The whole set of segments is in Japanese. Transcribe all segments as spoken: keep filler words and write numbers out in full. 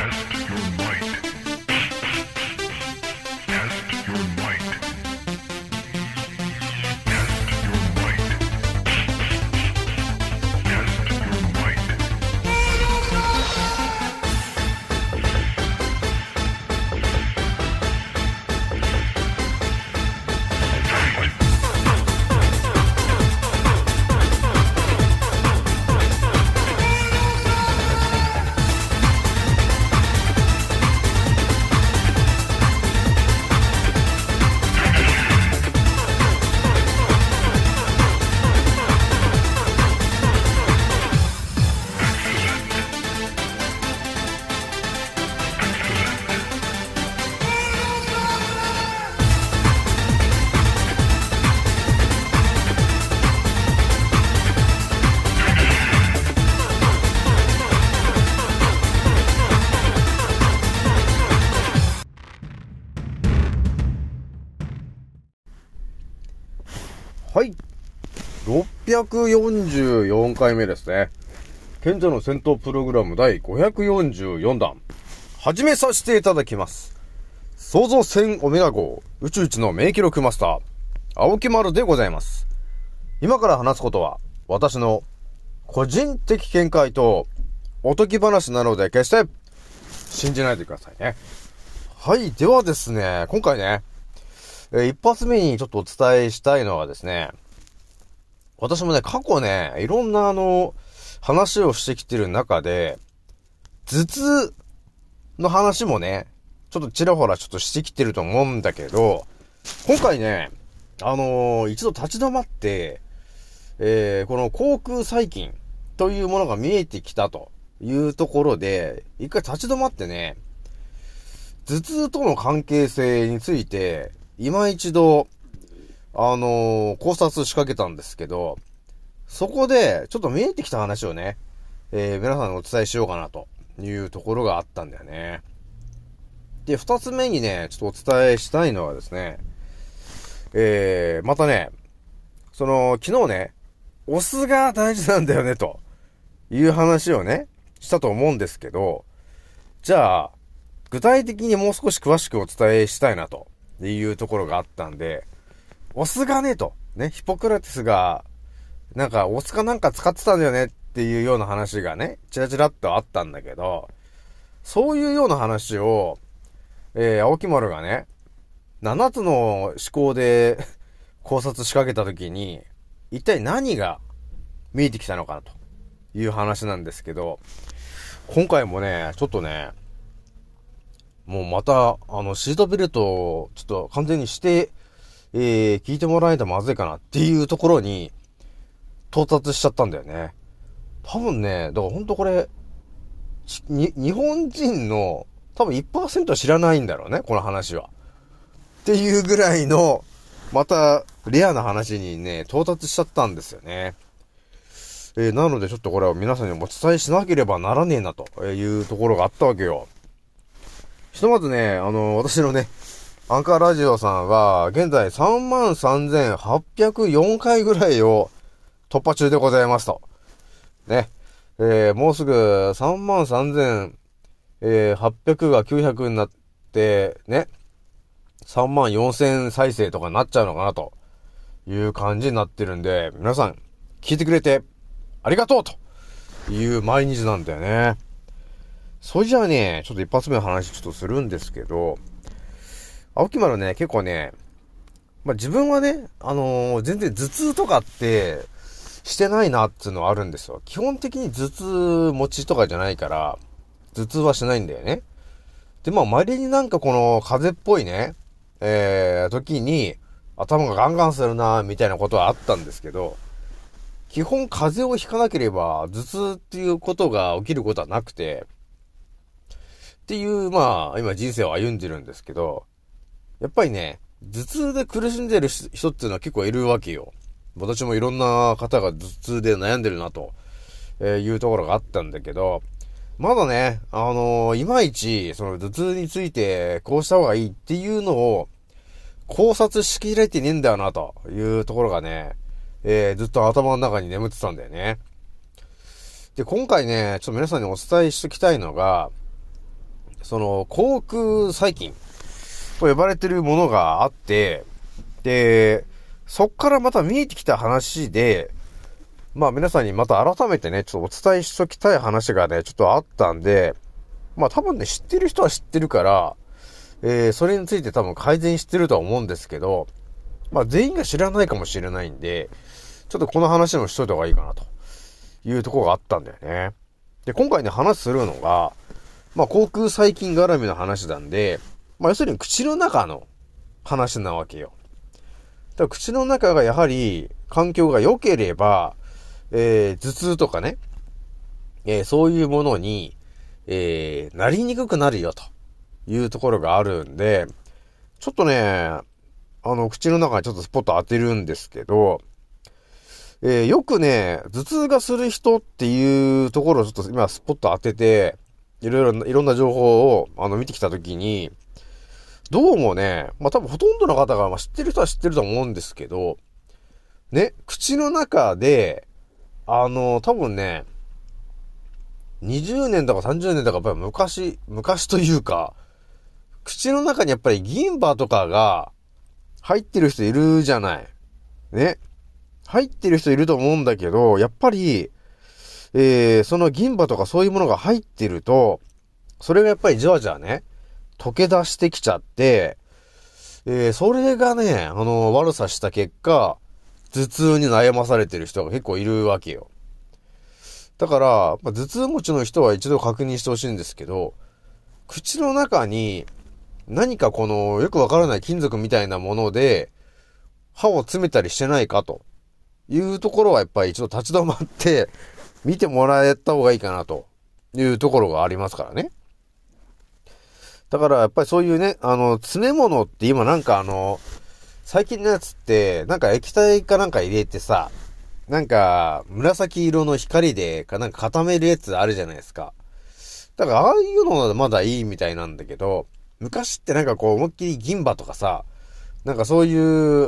はい。ろっぴゃくよんじゅうよんかいめですね。賢者の戦闘プログラム第ごひゃくよんじゅうよんだん。始めさせていただきます。創造船オメガ号宇宙一の名記録マスター、青木丸でございます。今から話すことは、私の個人的見解とおとぎ話なので決して信じないでくださいね。はい。ではですね、今回ね、えー、一発目にちょっとお伝えしたいのはですね、私もね、過去ね、いろんなあの、話をしてきてる中で、頭痛の話もね、ちょっとちらほらちょっとしてきてると思うんだけど、今回ね、あのー、一度立ち止まって、えー、この口腔細菌というものが見えてきたというところで、一回立ち止まってね、頭痛との関係性について、今一度、あのー、考察仕掛けたんですけど、そこで、ちょっと見えてきた話をね、えー、皆さんにお伝えしようかなというところがあったんだよね。で、二つ目にね、ちょっとお伝えしたいのはですね、えー、またね、その、昨日ね、お酢が大事なんだよね、という話をね、したと思うんですけど、じゃあ、具体的にもう少し詳しくお伝えしたいなというところがあったんで、お酢がね、と、ね、ヒポクラテスが、なんか、お酢かなんか使ってたんだよねっていうような話がね、チラチラっとあったんだけど、そういうような話を、えー、青木丸がね、七つの思考で考察仕掛けたときに、一体何が見えてきたのかなという話なんですけど、今回もね、ちょっとね、もうまた、あの、シートベルトをちょっと完全にして、えー、聞いてもらえたらまずいかなっていうところに、到達しちゃったんだよね。多分ね、だからほんとこれ、に、日本人の多分 いちパーセント 知らないんだろうね、この話は。っていうぐらいの、また、レアな話にね、到達しちゃったんですよね。えー、なのでちょっとこれは皆さんにお伝えしなければならねえな、というところがあったわけよ。ひとまずね、あの、私のね、アンカーラジオさんは、現在 さんまんさんぜんはっぴゃくよん 回ぐらいを突破中でございますと。ね。えー、もうすぐ さんまんさんぜんはっぴゃく がきゅうひゃくになって、ね。さんまんよんせん再生とかになっちゃうのかなという感じになってるんで、皆さん聞いてくれてありがとうという毎日なんだよね。それじゃあね、ちょっと一発目の話ちょっとするんですけど、青木丸ね、結構ね、まあ、自分はね、あのー、全然頭痛とかってしてないなっていうのはあるんですよ。基本的に頭痛持ちとかじゃないから、頭痛はしないんだよね。で、まあ、稀になんかこの風邪っぽいね、えー、時に頭がガンガンするなみたいなことはあったんですけど、基本風邪をひかなければ頭痛っていうことが起きることはなくて、っていう、まあ、今人生を歩んでるんですけど、やっぱりね、頭痛で苦しんでる人っていうのは結構いるわけよ。私もいろんな方が頭痛で悩んでるなというところがあったんだけど、まだね、あのー、いまいち、その頭痛についてこうした方がいいっていうのを考察しきれてねえんだよなというところがね、えー、ずっと頭の中に眠ってたんだよね。で、今回ね、ちょっと皆さんにお伝えしておきたいのが、 その、口腔細菌と呼ばれてるものがあって、で、そっからまた見えてきた話で、まあ皆さんにまた改めてね、ちょっとお伝えしときたい話がね、ちょっとあったんで、まあ多分ね、知ってる人は知ってるから、えー、それについて多分改善してるとは思うんですけど、まあ全員が知らないかもしれないんで、ちょっとこの話もしといた方がいいかなというところがあったんだよね。で、今回ね、話するのが、まあ口腔細菌絡みの話なんで、まあ要するに口の中の話なわけよ。だから口の中がやはり環境が良ければ、えー、頭痛とかね、えー、そういうものに、えー、なりにくくなるよというところがあるんで、ちょっとね、あの、口の中にちょっとスポット当てるんですけど、えー、よくね、頭痛がする人っていうところをちょっと今スポット当てて、いろいろ、いろんな情報をあの見てきたときに、どうもね、まあ、多分ほとんどの方が、まあ、知ってる人は知ってると思うんですけど、ね、口の中で、あの、多分ね、にじゅうねんとかさんじゅうねんとかやっぱり昔、昔というか、口の中にやっぱり銀歯とかが入ってる人いるじゃない。ね。入ってる人いると思うんだけど、やっぱり、えー、その銀歯とかそういうものが入ってると、それがやっぱりじわじわね、溶け出してきちゃって、えー、それがね、あの、悪さした結果、頭痛に悩まされてる人が結構いるわけよ。だから、まあ、頭痛持ちの人は一度確認してほしいんですけど、口の中に何かこのよくわからない金属みたいなもので歯を詰めたりしてないかというところはやっぱり一度立ち止まって見てもらえた方がいいかなというところがありますからね。だからやっぱりそういうね、あの、詰め物って今なんかあの、最近のやつって、なんか液体かなんか入れてさ、なんか、紫色の光でかなんか固めるやつあるじゃないですか。だからああいうのはまだいいみたいなんだけど、昔ってなんかこう思いっきり銀歯とかさ、なんかそういう、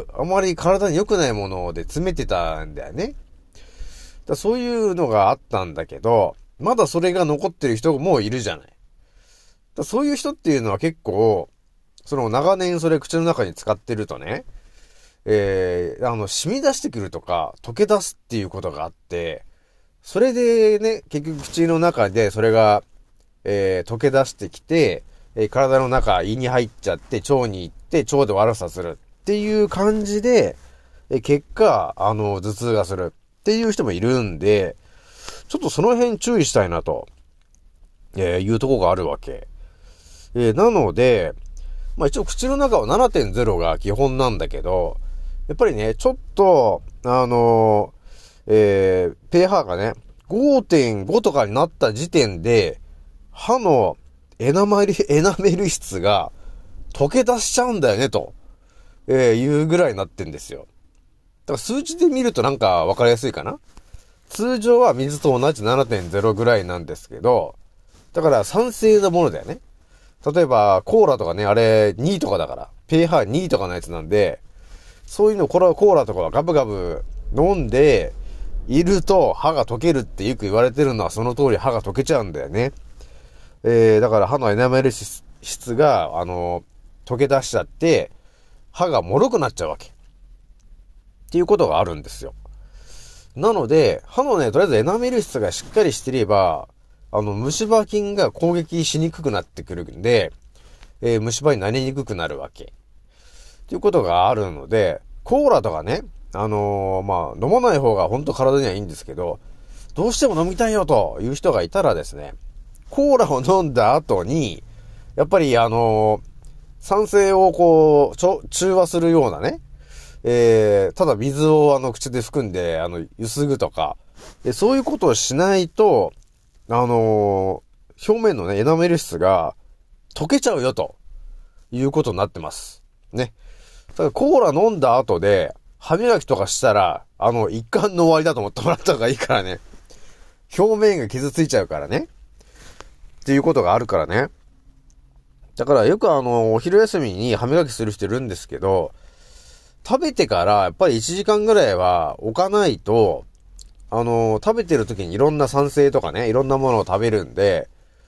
あまり体に良くないもので詰めてたんだよね。だそういうのがあったんだけど、まだそれが残ってる人もいるじゃない。だそういう人っていうのは結構、その長年それ口の中に使ってるとね、えー、あの、染み出してくるとか、溶け出すっていうことがあって、それでね、結局口の中でそれが、えー、溶け出してきて、えー、体の中、胃に入っちゃって、腸に行って、腸で悪さするっていう感じで、えー、結果、あの、頭痛がするっていう人もいるんで、ちょっとその辺注意したいなと、えー、いうところがあるわけ。えー、なので、まあ一応口の中は ななてんゼロ が基本なんだけど、やっぱりね、ちょっと、あのー、えー、pH がね、ごてんご とかになった時点で、歯のエナメル、エナメル質が溶け出しちゃうんだよね、と、えー、いうぐらいになってんですよ。だから数字で見るとなんかわかりやすいかな。通常は水と同じ ななてんゼロ ぐらいなんですけど、だから酸性のものだよね。例えば、コーラとかね、あれ、にとかだから、pHに とかのやつなんで、そういうの、これはコーラとかはガブガブ飲んでいると歯が溶けるってよく言われてるのはその通り歯が溶けちゃうんだよね。えー、だから歯のエナメル質が、あの、溶け出しちゃって、歯が脆くなっちゃうわけ。っていうことがあるんですよ。なので、歯のね、とりあえずエナメル質がしっかりしてれば、あの、虫歯菌が攻撃しにくくなってくるんで、えー、虫歯になりにくくなるわけ。っていうことがあるので、コーラとかね、あのー、まあ、飲まない方が本当体にはいいんですけど、どうしても飲みたいよという人がいたらですね、コーラを飲んだ後に、やっぱりあのー、酸性をこう、ちょ、中和するようなね、えー、ただ水をあの口で含んで、あの、ゆすぐとか、えそういうことをしないと、あのー、表面のね、エナメル質が溶けちゃうよということになってます。ね。だからコーラ飲んだ後で歯磨きとかしたら、あの、一貫の終わりだと思ってもらった方がいいからね。表面が傷ついちゃうからね。っていうことがあるからね。だからよくあの、お昼休みに歯磨きする人いるんですけど、食べてからやっぱりいちじかんぐらいは置かないと、あの、食べてる時にいろんな酸性とかね、いろんなものを食べるんで、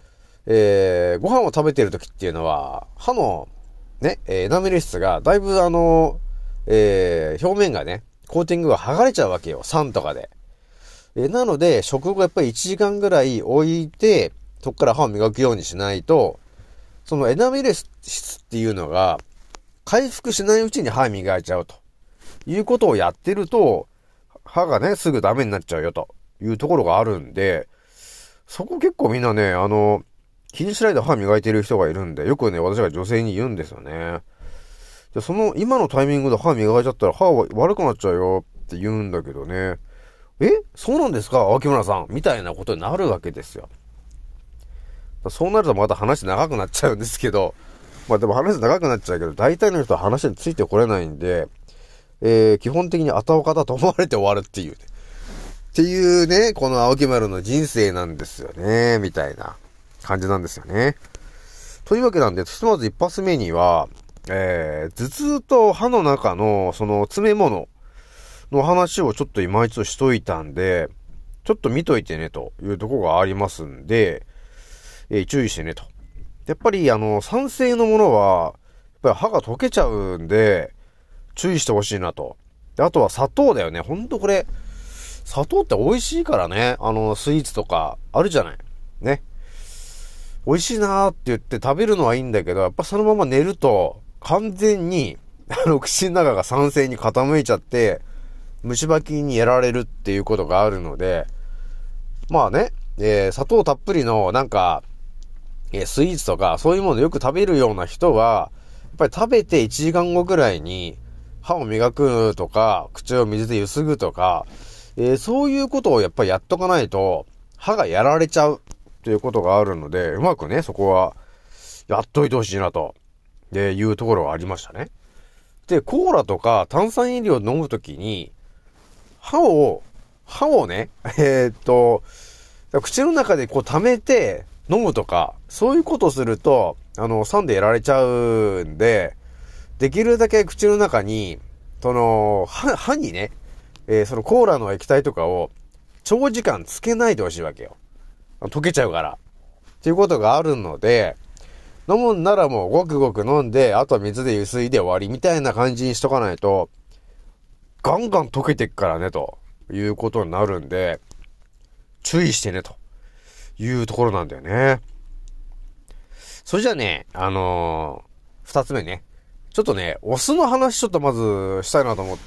えー、ご飯を食べてる時っていうのは、歯の、ね、エナメル質が、だいぶあの、えー、表面がね、コーティングが剥がれちゃうわけよ。酸とかで。えー、なので、食後やっぱりいちじかんぐらい置いて、そこから歯を磨くようにしないと、そのエナメル質っていうのが、回復しないうちに歯磨いちゃうと。いうことをやってると、歯がね、すぐダメになっちゃうよというところがあるんで、そこ結構みんなね、あの、気にしないで歯磨いてる人がいるんで、よくね、私が女性に言うんですよね。で、その、今のタイミングで歯磨いちゃったら歯は悪くなっちゃうよって言うんだけどね。えそうなんですか秋村さんみたいなことになるわけですよ。そうなるとまた話長くなっちゃうんですけど、まあでも話長くなっちゃうけど、大体の人は話についてこれないんで、えー、基本的にあたおかだと思われて終わるっていう、ね。っていうね、この青木丸の人生なんですよね、みたいな感じなんですよね。というわけなんで、ひとまず一発目には、えー、頭痛と歯の中のその詰め物の話をちょっと今一度しといたんで、ちょっと見といてねというところがありますんで、えー、注意してねと。やっぱりあの酸性のものは、やっぱり歯が溶けちゃうんで、注意してほしいなと。で、あとは砂糖だよね。ほんとこれ、砂糖って美味しいからね。あの、スイーツとかあるじゃない。ね。美味しいなーって言って食べるのはいいんだけど、やっぱそのまま寝ると、完全に、あの、口の中が酸性に傾いちゃって、虫歯菌にやられるっていうことがあるので、まあね、えー、砂糖たっぷりの、なんか、えー、スイーツとか、そういうものよく食べるような人は、やっぱり食べていちじかんごくらいに、歯を磨くとか、口を水でゆすぐとか、えー、そういうことをやっぱりやっとかないと、歯がやられちゃうということがあるので、うまくね、そこは、やっといてほしいなと、で、いうところがありましたね。で、コーラとか炭酸飲料を飲むときに、歯を、歯をね、えー、っと、口の中でこう溜めて飲むとか、そういうことをすると、あの、酸でやられちゃうんで、できるだけ口の中に、その、歯、歯にね、えー、そのコーラの液体とかを長時間つけないでほしいわけよ。溶けちゃうから。っていうことがあるので、飲むんならもうごくごく飲んで、あとは水でゆすいで終わりみたいな感じにしとかないと、ガンガン溶けていくからね、ということになるんで、注意してね、というところなんだよね。それじゃあね、あのー、二つ目ね。ちょっとね、お酢の話ちょっとまずしたいなと思って、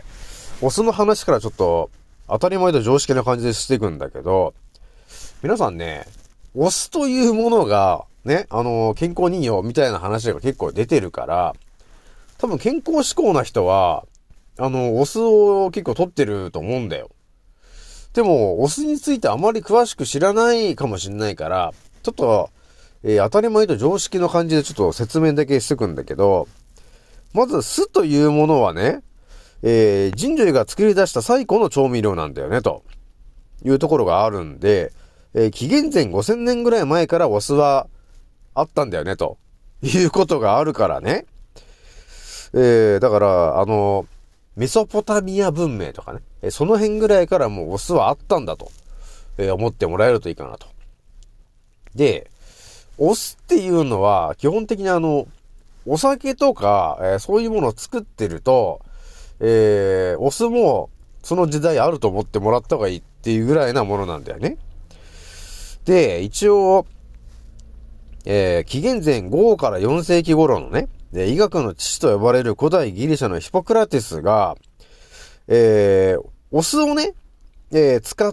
お酢の話からちょっと当たり前と常識な感じでしていくんだけど、皆さんね、お酢というものが、ね、あのー、健康にいいよみたいな話が結構出てるから、多分健康志向な人は、あの、お酢を結構取ってると思うんだよ。でも、お酢についてあまり詳しく知らないかもしれないから、ちょっと、えー、当たり前と常識の感じでちょっと説明だけしてくんだけど、まず酢というものはね、えー、人類が作り出した最古の調味料なんだよね、というところがあるんで、えー、紀元前ごせんねんぐらい前からお酢はあったんだよね、ということがあるからね。えー、だから、あの、メソポタミア文明とかね、えその辺ぐらいからもうお酢はあったんだと、えー、思ってもらえるといいかなと。で、お酢っていうのは基本的にあの、お酒とか、えー、そういうものを作ってると、えー、お酢もその時代あると思ってもらった方がいいっていうぐらいなものなんだよね。で、一応、えー、紀元前ごからよん世紀頃のね、で、医学の父と呼ばれる古代ギリシャのヒポクラテスが、えー、お酢をね、えー、使って、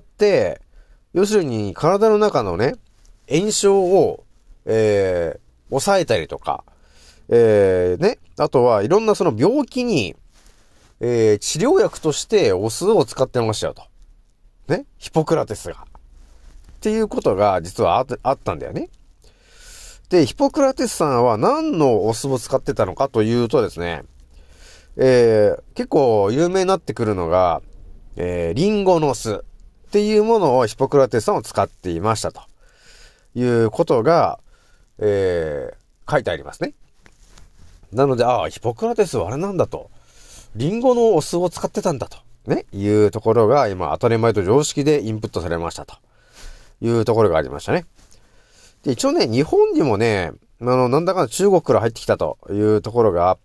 要するに体の中のね、炎症を、えー、抑えたりとか、えー、ね、あとはいろんなその病気に、えー、治療薬としてお酢を使ってましたよと。ね、ヒポクラテスが。っていうことが実はあ、あったんだよね。で、ヒポクラテスさんは何のお酢を使ってたのかというとですね、えー、結構有名になってくるのが、えー、リンゴの酢っていうものをヒポクラテスさんを使っていましたということが、えー、書いてありますね。なので、ああ、ヒポクラテスはあれなんだと。リンゴのお酢を使ってたんだと。ね、いうところが今当たり前と常識でインプットされましたというところがありましたね。 で、一応ね、日本にもね、あの、なんだかんだ中国から入ってきたというところがあって、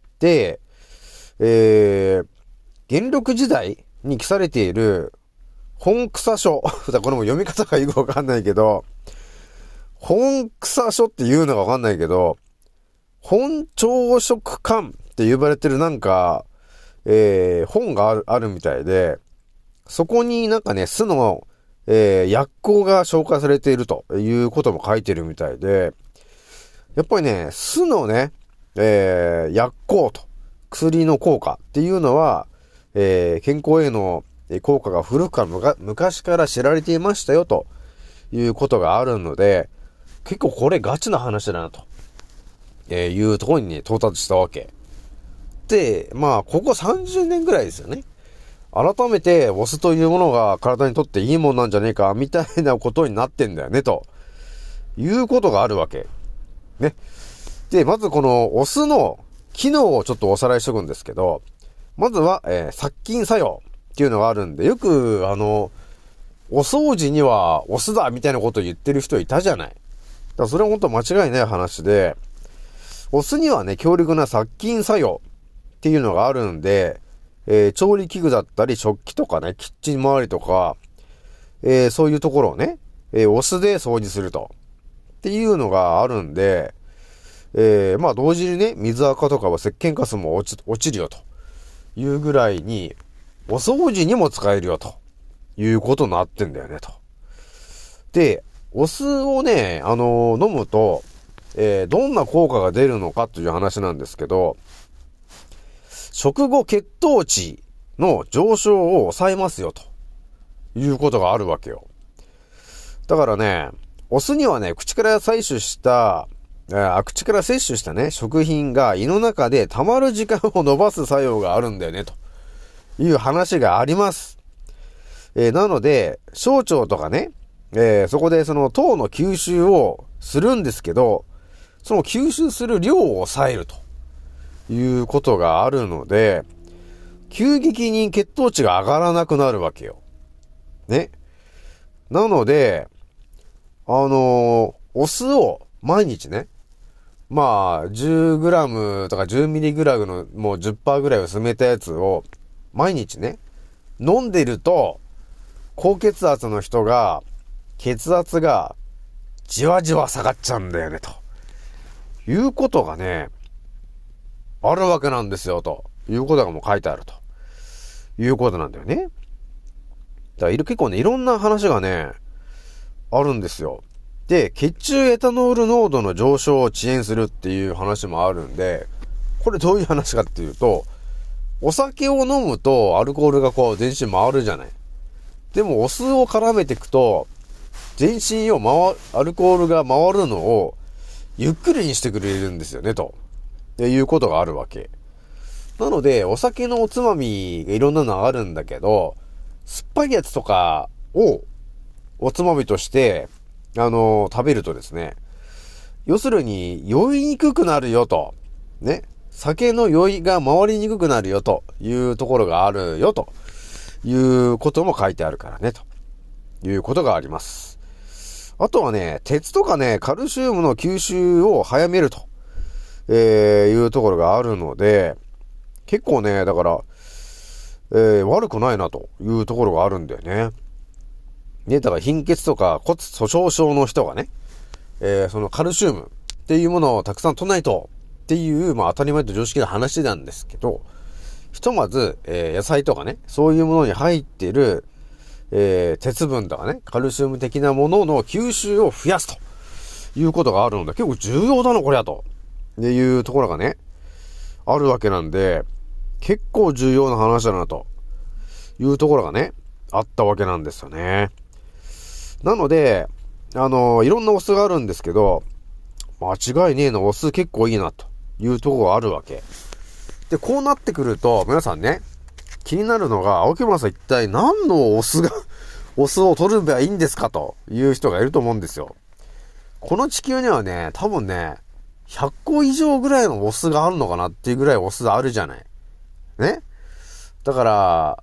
えー、元禄時代に記されている本草書。これも読み方がよくわかんないけど、本草書っていうのがわかんないけど、本朝食館って呼ばれてるなんか、えー、本がある、あるみたいで、そこになんかね、酢の、えー、薬効が紹介されているということも書いてるみたいで、やっぱりね、酢のね、えー、薬効と、薬の効果っていうのは、えー、健康への効果が古くからむか昔から知られていましたよということがあるので、結構これガチな話だなと、えー、いうところにね、到達したわけ。で、まあ、ここさんじゅうねんぐらいですよね。改めてお酢というものが体にとっていいもんなんじゃねえか、みたいなことになってんだよね、ということがあるわけ。ね。で、まずこのお酢の機能をちょっとおさらいしとくんですけど、まずは、えー、殺菌作用っていうのがあるんで、よく、あの、お掃除にはお酢だみたいなことを言ってる人いたじゃない。だからそれは本当間違いない話で、お酢にはね、強力な殺菌作用っていうのがあるんで、えー、調理器具だったり食器とかね、キッチン周りとか、えー、そういうところをね、えー、お酢で掃除すると。っていうのがあるんで、えー、まあ同時にね、水垢とかは石鹸カスも落ち、落ちるよというぐらいに、お掃除にも使えるよということになってんだよねと。で、お酢をね、あのー、飲むと、えー、どんな効果が出るのかという話なんですけど、食後血糖値の上昇を抑えますよということがあるわけよ。だからね、お酢にはね、口から採取した、あ口から摂取したね、食品が胃の中で溜まる時間を伸ばす作用があるんだよね、という話があります。えー、なので、小腸とかね、えー、そこでその糖の吸収をするんですけど、その吸収する量を抑えるということがあるので、急激に血糖値が上がらなくなるわけよ。ね。なので、あのー、お酢を毎日ね、まあ、じゅうグラム とか じゅうミリグラム のもう じゅっパーセント ぐらい薄めたやつを毎日ね、飲んでると、高血圧の人が、血圧がじわじわ下がっちゃうんだよね、ということがね、あるわけなんですよ、ということがもう書いてあるということなんだよね。だからいる結構ね、いろんな話がね、あるんですよ。で、血中エタノール濃度の上昇を遅延するっていう話もあるんで、これどういう話かっていうと、お酒を飲むとアルコールがこう全身回るじゃない。でもお酢を絡めていくと、全身を回、アルコールが回るのをゆっくりにしてくれるんですよね、ということがあるわけ。なので、お酒のおつまみがいろんなのあるんだけど、酸っぱいやつとかをおつまみとして、あのー、食べるとですね、要するに酔いにくくなるよと。ね。酒の酔いが回りにくくなるよというところがあるよということも書いてあるからね、ということがあります。あとはね、鉄とかね、カルシウムの吸収を早めると、えー、いうところがあるので、結構ね、だから、えー、悪くないなというところがあるんだよね。ね、だから貧血とか骨粗鬆症の人がね、えー、そのカルシウムっていうものをたくさん取らないとっていう、まあ当たり前と常識な話なんですけど、ひとまず、えー、野菜とかね、そういうものに入っている、えー、鉄分とかね、カルシウム的なものの吸収を増やすということがあるので、結構重要だな、これやと。っていうところがね、あるわけなんで、結構重要な話だな、というところがね、あったわけなんですよね。なので、あのー、いろんなお酢があるんですけど、間違いねえのお酢結構いいな、というところがあるわけ。で、こうなってくると、皆さんね、気になるのが、青木村さん一体何のお酢が、お酢を取るべばいいんですかという人がいると思うんですよ。この地球にはね、多分ね、ひゃっこ以上ぐらいのお酢があるのかなっていうぐらいお酢あるじゃない。ね。だから、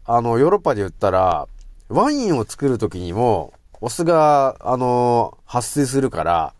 あの、ヨーロッパで言ったら、ワインを作るときにも、お酢が、あのー、発生するから、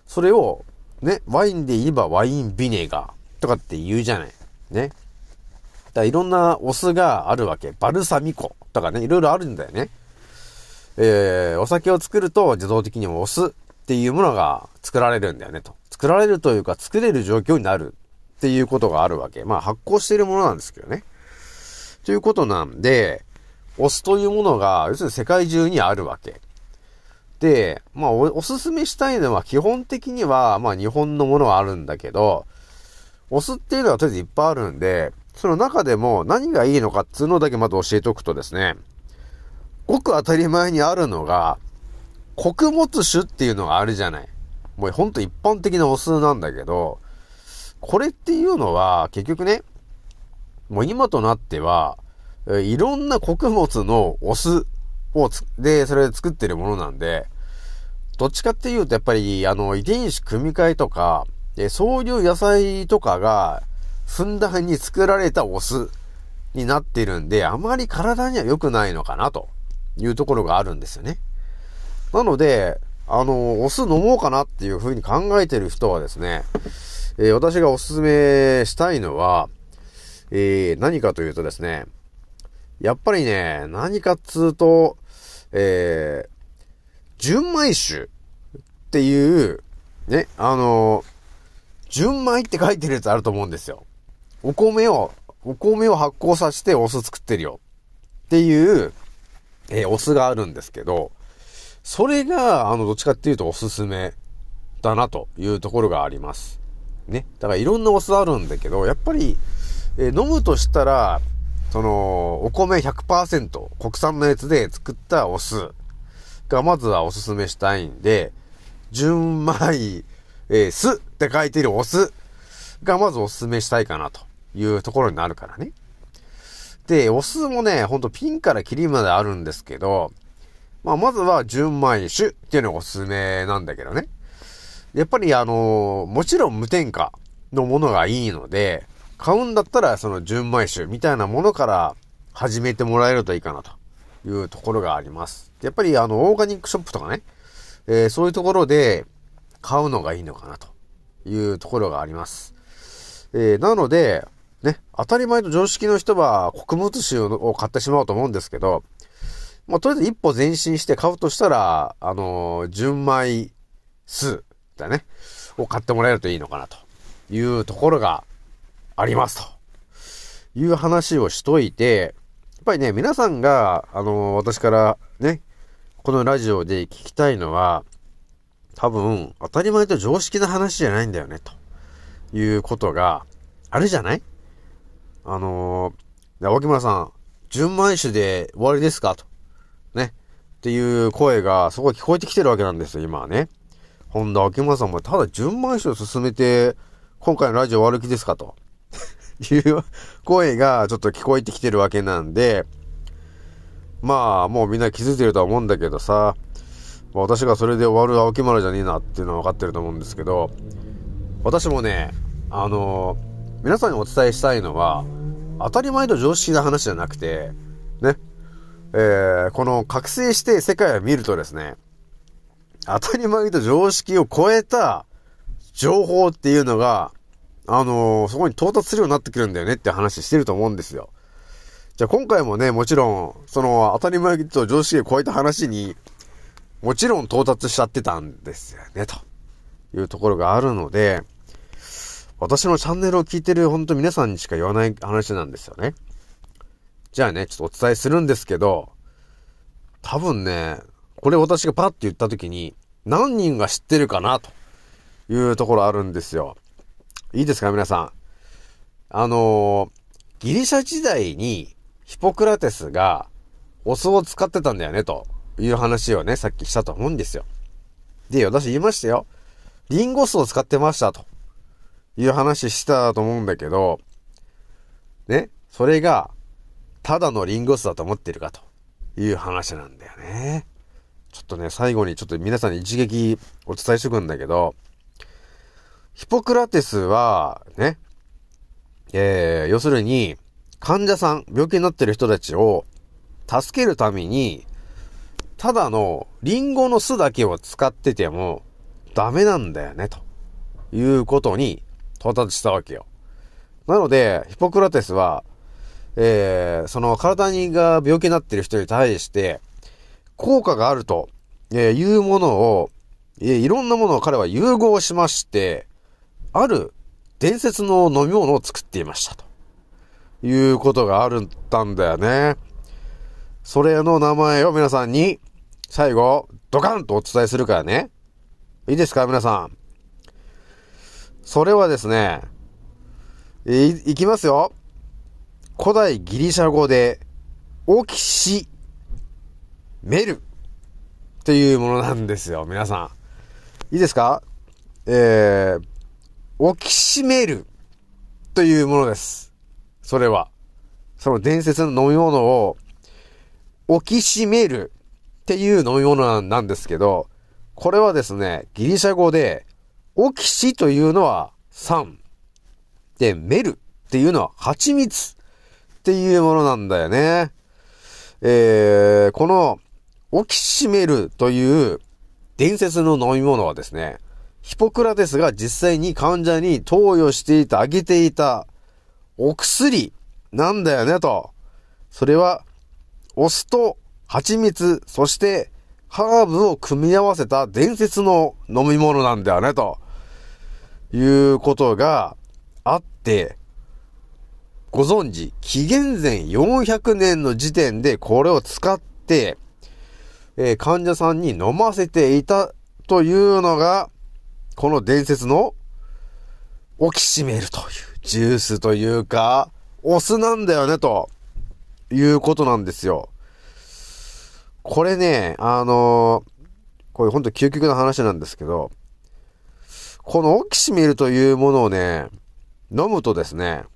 それを、ね、ワインで言えばワインビネガーとかって言うじゃない。ね。だからいろんなお酢があるわけ。バルサミコとかね、いろいろあるんだよね。えー、お酒を作ると自動的にお酢っていうものが作られるんだよねと。作られるというか作れる状況になるっていうことがあるわけ。まあ発酵しているものなんですけどね。ということなんで、お酢というものが要するに世界中にあるわけ。で、まあお、おすすめしたいのは基本的にはまあ日本のものはあるんだけど、お酢っていうのはとりあえずいっぱいあるんで、その中でも何がいいのかっていうのだけまず教えておくとですね、ごく当たり前にあるのが、穀物酒っていうのがあるじゃない。もうほんと一般的なお酢なんだけど、これっていうのは結局ね、もう今となっては、いろんな穀物のお酢をつ、で、それで作ってるものなんで、どっちかっていうとやっぱり、あの、遺伝子組み換えとか、そういう野菜とかが、ふんだんに作られたお酢になってるんで、あまり体には良くないのかなというところがあるんですよね。なので、あの、お酢飲もうかなっていう風に考えてる人はですね、えー、私がおすすめしたいのは、えー、何かというとですね、やっぱりね、何かっつうと、えー、純米酒っていう、ね、あの、純米って書いてるやつあると思うんですよ。お米を、お米を発酵させてお酢作ってるよっていう、えー、お酢があるんですけど、それが、あの、どっちかっていうとおすすめだなというところがあります。ね。だからいろんなお酢あるんだけど、やっぱり、えー、飲むとしたら、その、お米 ひゃくパーセント 国産のやつで作ったお酢がまずはおすすめしたいんで、純米、えー、酢って書いてるお酢がまずおすすめしたいかなというところになるからね。で、お酢もね、ほんとピンからキリまであるんですけど、まあまずは純米酒っていうのがおすすめなんだけどね。やっぱりあのー、もちろん無添加のものがいいので、買うんだったらその純米酒みたいなものから始めてもらえるといいかなというところがあります。やっぱりあの、オーガニックショップとかね、えー、そういうところで買うのがいいのかなというところがあります。えー、なので、ね、当たり前と常識の人は穀物酒を買ってしまうと思うんですけど、まあ、とりあえず一歩前進して買うとしたら、あのー、純米酢だね、を買ってもらえるといいのかなというところがありますという話をしといて、やっぱりね、皆さんが、あのー、私からね、このラジオで聞きたいのは、多分、当たり前と常識な話じゃないんだよね、ということがあるじゃない？あのー、脇村さん、純米酒で終わりですかと。ね。っていう声がすごい聞こえてきてるわけなんですよ、今はね。ほんと、脇村さんもただ純米酒を進めて、今回のラジオ終わる気ですかと。いう声がちょっと聞こえてきてるわけなんで、まあ、もうみんな気づいてるとは思うんだけどさ、私がそれで終わる脇村じゃねえなっていうのは分かってると思うんですけど、私もね、あのー、皆さんにお伝えしたいのは、当たり前と常識な話じゃなくて、ね、えー、この覚醒して世界を見るとですね、当たり前と常識を超えた情報っていうのが、あのー、そこに到達するようになってくるんだよねって話してると思うんですよ。じゃあ今回もね、もちろん、その当たり前と常識を超えた話に、もちろん到達しちゃってたんですよね、というところがあるので、私のチャンネルを聞いてる本当皆さんにしか言わない話なんですよね。じゃあね、ちょっとお伝えするんですけど、多分ね、これ私がパッと言った時に、何人が知ってるかな、というところあるんですよ。いいですか、皆さん。あのー、ギリシャ時代にヒポクラテスがお酢を使ってたんだよね、という話をね、さっきしたと思うんですよ。で、私言いましたよ。リンゴ酢を使ってました、という話したと思うんだけど、ね、それが、ただのリンゴ酢だと思ってるかという話なんだよね。ちょっとね、最後にちょっと皆さんに一撃お伝えしておくんだけど、ヒポクラテスは、ね、えー、要するに、患者さん、病気になってる人たちを助けるために、ただのリンゴの酢だけを使ってても、 ダメなんだよね、ということに到達したわけよ。なので、ヒポクラテスは、えー、その体にが病気になっている人に対して、効果があると、えー、いうものを、えー、いろんなものを彼は融合しまして、ある伝説の飲み物を作っていましたということがあるんだよね。それの名前を皆さんに最後ドカンとお伝えするからね。いいですか皆さん。それはですね、い, いきますよ。古代ギリシャ語でオキシメルっていうものなんですよ皆さん。いいですか。えー、オキシメルというものです。それはその伝説の飲み物をオキシメルっていう飲み物なんですけど、これはですね、ギリシャ語でオキシというのは酸で、メルっていうのは蜂蜜っていうものなんだよね。えー、このオキシメルという伝説の飲み物はですね、ヒポクラテスが実際に患者に投与していた、あげていたお薬なんだよねと。それはお酢と蜂蜜、そしてハーブを組み合わせた伝説の飲み物なんだよねということがあって、ご存知、紀元前よんひゃくねんの時点でこれを使って、えー、患者さんに飲ませていたというのが、この伝説のオキシメルというジュースというか、お酢なんだよね、ということなんですよ。これね、あのー、これほんと究極の話なんですけど、このオキシメルというものをね、飲むとですね、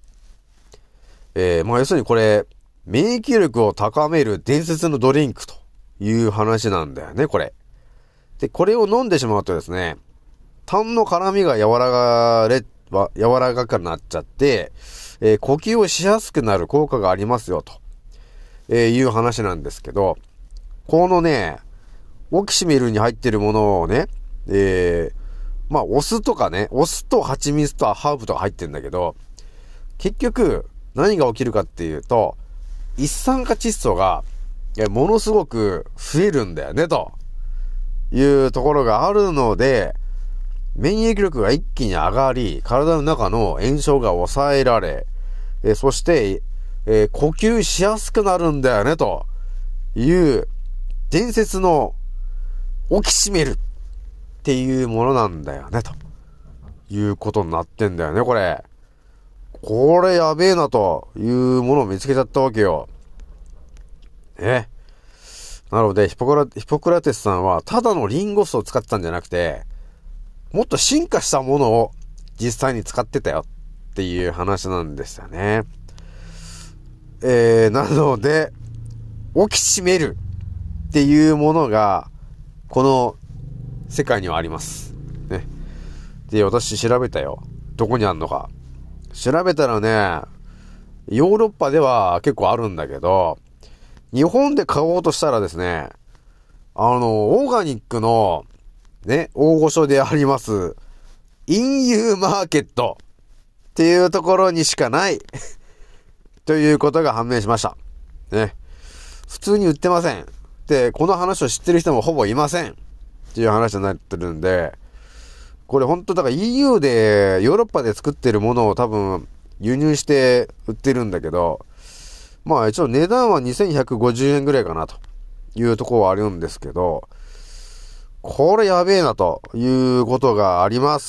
えー、まあ要するにこれ、免疫力を高める伝説のドリンクという話なんだよね、これ。で、これを飲んでしまうとですね、痰の絡みが柔らかれ、柔らかくなっちゃって、えー、呼吸をしやすくなる効果がありますよ、と、えー、いう話なんですけど、このね、オキシメルに入ってるものをね、えー、まあ、お酢とかね、お酢と蜂蜜とハーブとか入ってるんだけど、結局、何が起きるかっていうと、一酸化窒素が、ものすごく増えるんだよね、というところがあるので、免疫力が一気に上がり、体の中の炎症が抑えられ、えそして、えー、呼吸しやすくなるんだよね、という伝説のオキシメルっていうものなんだよね、ということになってんだよね、これ。これやべえなというものを見つけちゃったわけよ。ね。なので、ヒポクラ、ヒポクラテスさんは、ただのリンゴ酢を使ってたんじゃなくて、もっと進化したものを実際に使ってたよっていう話なんですよね。えー、なので、オキシメルっていうものが、この世界にはあります。ね。で、私調べたよ。どこにあんのか。調べたらね、ヨーロッパでは結構あるんだけど、日本で買おうとしたらですね、あの、オーガニックの、ね、大御所であります、インユーマーケットっていうところにしかないということが判明しました。ね。普通に売ってません。で、この話を知ってる人もほぼいません。っていう話になってるんで、これ本当だから イーユー で、ヨーロッパで作ってるものを多分輸入して売ってるんだけど、まあ一応値段はにせんひゃくごじゅうえんぐらいかなというところはあるんですけど、これやべえなということがあります。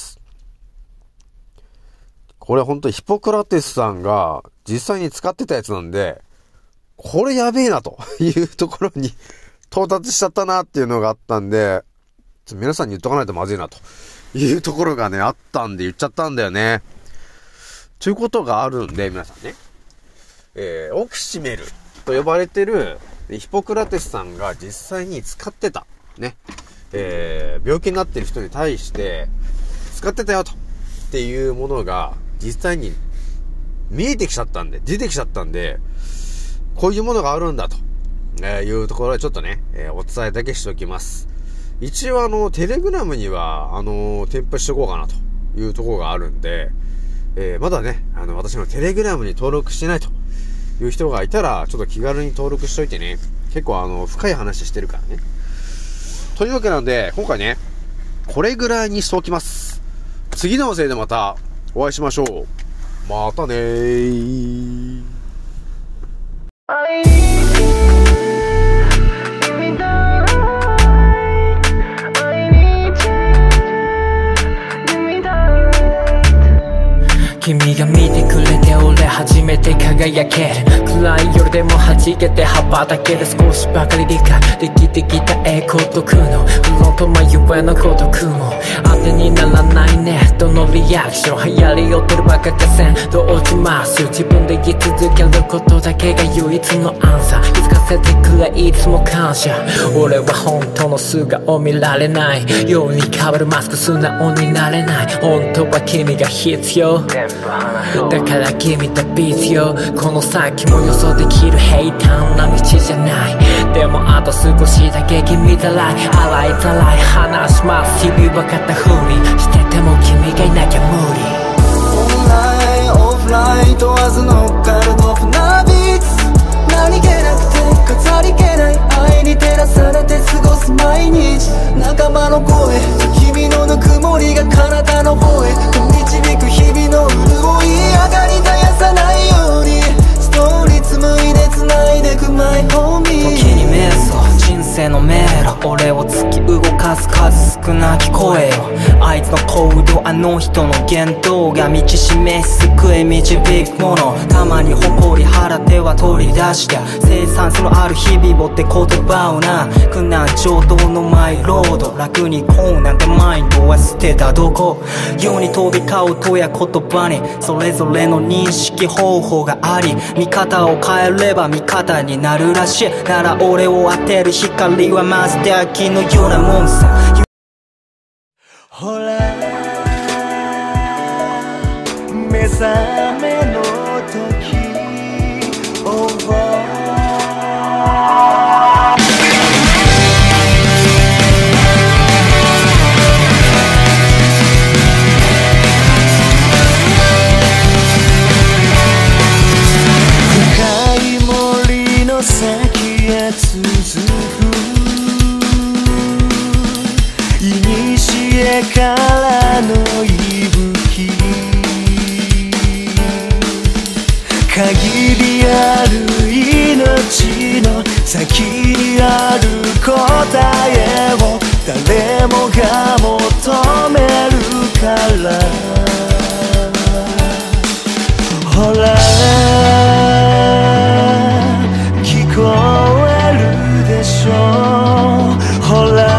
これ本当ヒポクラテスさんが実際に使ってたやつなんで、これやべえなというところに到達しちゃったなっていうのがあったんで、ちょっと皆さんに言っとかないとまずいなというところがね、あったんで言っちゃったんだよね。ということがあるんで、皆さんね。えー、オキシメルと呼ばれてるヒポクラテスさんが実際に使ってた、ね。えー、病気になってる人に対して使ってたよとっていうものが実際に見えてきちゃったんで、出てきちゃったんで、こういうものがあるんだと、えー、いうところでちょっとね、えー、お伝えだけしておきます。 一応あの、テレグラムには、あの、添付しとこうかなというところがあるんで、えー、まだね、あの、私のテレグラムに登録してないという人がいたら、ちょっと気軽に登録しといてね。結構あの、深い話してるからね。というわけなんで、今回ね、これぐらいにしておきます。次のせいでまたお会いしましょう。またねー。 君が見てくれて俺初めて輝ける。暗い夜でも弾けて羽ばたける。少しばかり理解できてきた栄光と苦悩、フロント眉毛の孤独も当てにならないね。どのリアクション流行り寄ってるバカ合戦どう落ちます自分で言い続けることだけが唯一のアンサー。気づかせてくれいつも感謝。俺は本当の素顔見られないように変わるマスク素直になれない。本当は君が必要だから君と必要。この先も予想できる平坦な道じゃない。でもあと少しだけ君たらい洗いざらい話します。日々分かったふりしてても君がいなきゃ無理。 オンラインオフライン問わず乗っかるドフなビーツ。何気なくて飾り気ない愛に照らされて過ごす毎日。仲間の声君のぬくもりが体の方へ導く日々の潤い。上がり絶やさないようにストーリー紡いで繋いでくマイホーミー。時に瞑想人生の迷路俺を突き動かす数少なき声よ。あいつの行動あの人の言動が道示し救い導くもの。たまに誇り腹手は取り出して生産性のある日々をって言葉をな。苦難上等のマイロード楽にこうなんてマインドは捨てたどこ。世に飛び交うとや言葉にそれぞれの認識方法があり見方を変えれば味方になるらしい。なら俺を当てる光はまるで秋のようなもんさ。ほら目覚めの時深い森の先へ続く古からの息吹限りある命の先にある答えを誰もが求めるからほら聞こえるでしょほら